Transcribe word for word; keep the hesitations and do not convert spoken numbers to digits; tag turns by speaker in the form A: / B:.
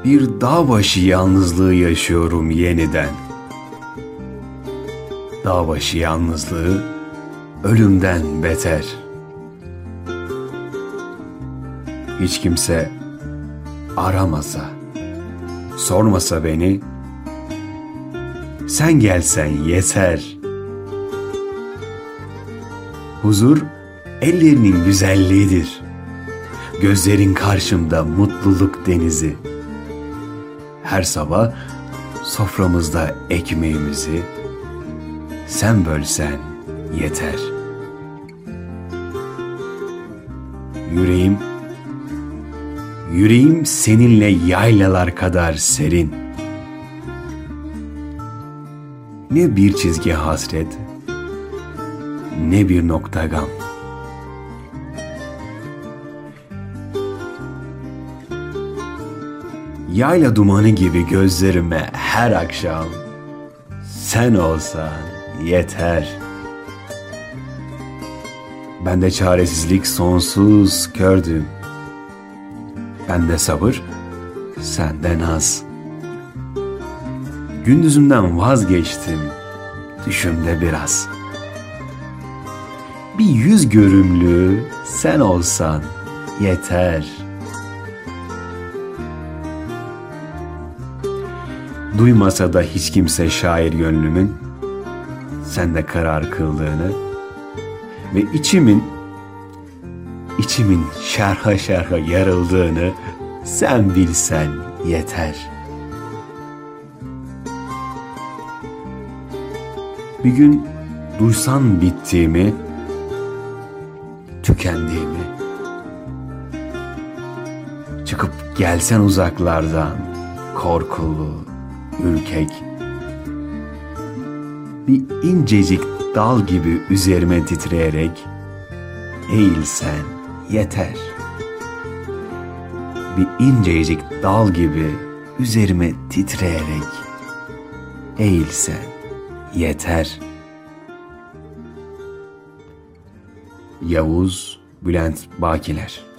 A: Bir dağ başı yalnızlığı yaşıyorum yeniden. Dağ başı yalnızlığı ölümden beter. Hiç kimse aramasa, sormasa beni, sen gelsen yeter. Huzur ellerinin güzelliğidir. Gözlerin karşımda mutluluk denizi. Her sabah soframızda ekmeğimizi sen bölsen yeter. Yüreğim, yüreğim seninle yaylalar kadar serin. Ne bir çizgi hasret, ne bir nokta gam. Yayla dumanı gibi gözlerime her akşam sen olsan yeter. Bende çaresizlik sonsuz kördüm. Bende sabır, sende naz. Gündüzümden vazgeçtim, düşümde biraz. Bir yüz görümlü sen olsan yeter. Duymasa da hiç kimse şair gönlümün, sen de karar kıldığını ve içimin, içimin şerha şerha yarıldığını sen bilsen yeter. Bir gün duysan bittiğimi, tükendiğimi, çıkıp gelsen uzaklardan korkulu, ürkek, bir incecik dal gibi üzerime titreyerek eğilsen yeter. Bir incecik dal gibi üzerime titreyerek eğilsen yeter. Yavuz Bülent Bakiler.